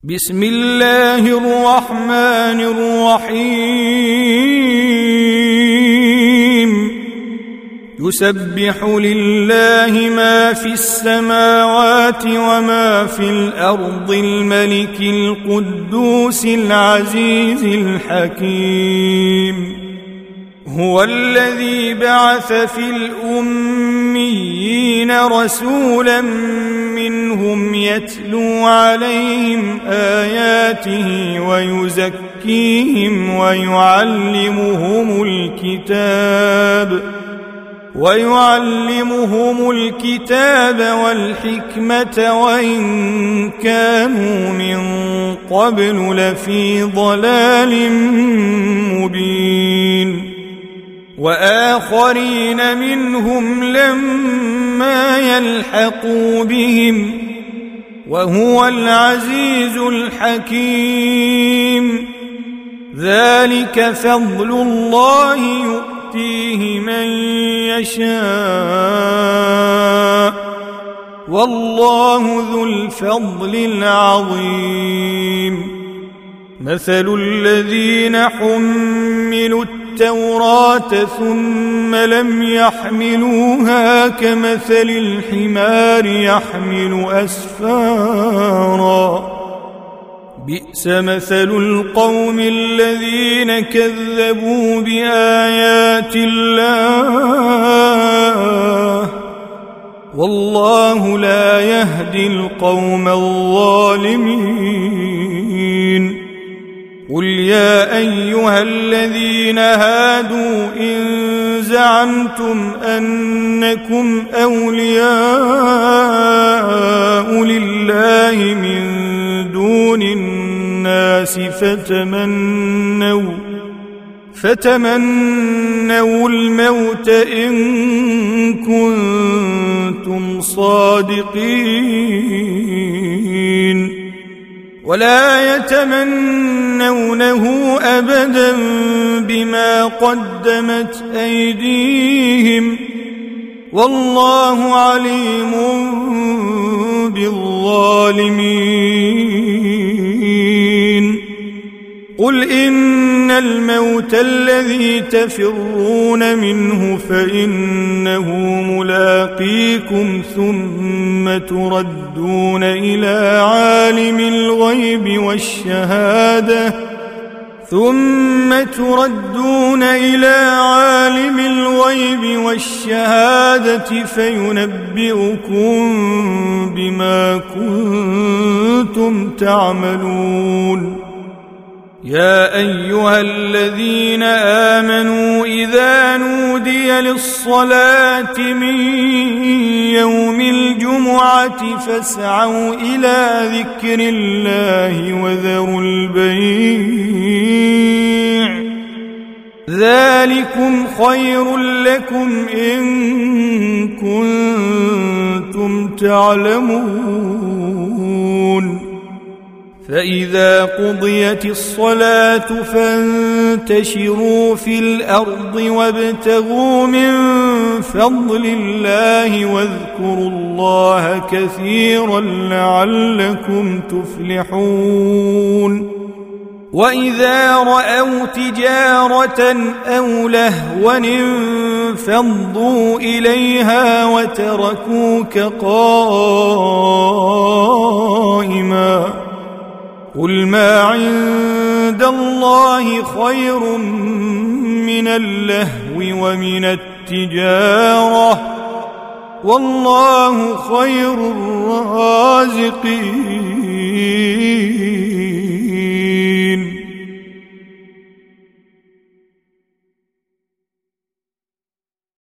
بسم الله الرحمن الرحيم يسبح لله ما في السماوات وما في الأرض الملك القدوس العزيز الحكيم هو الذي بعث في الأميين رسولا منهم يتلو عليهم آياته ويعلمهم الكتاب والحكمة وإن كانوا من قبل لفي ضلال مبين وآخرين منهم لما يلحقوا بهم وهو العزيز الحكيم ذلك فضل الله يؤتيه من يشاء والله ذو الفضل العظيم مثل الذين حملوا التوراة ثم لم يحملوها كمثل الحمار يحمل أسفارا بئس مثل القوم الذين كذبوا بآيات الله والله لا يهدي القوم الظالمين قل يا أيها الذين هادوا إن زعمتم أنكم أولياء لله من دون الناس فتمنوا الموت إن كنتم صادقين ولا يتمنونه أبدا بما قدمت أيديهم والله عليم بالظالمين قل إن الموت الذي تفرون منه فإنه ملاقيكم ثم تردون إلى عالم الغيب والشهادة فينبئكم بما كنتم تعملون يا أيها الذين آمنوا إذا نودي للصلاة من يوم الجمعة فاسعوا إلى ذكر الله وذروا البيع ذلكم خير لكم إن كنتم تعلمون فإذا قضيت الصلاة فانتشروا في الأرض وابتغوا من فضل الله واذكروا الله كثيرا لعلكم تفلحون وإذا رأوا تجارة أو لهوا انفضوا إليها وتركوك قائما قل ما عند الله خير من اللهو ومن التجارة والله خير الرازقين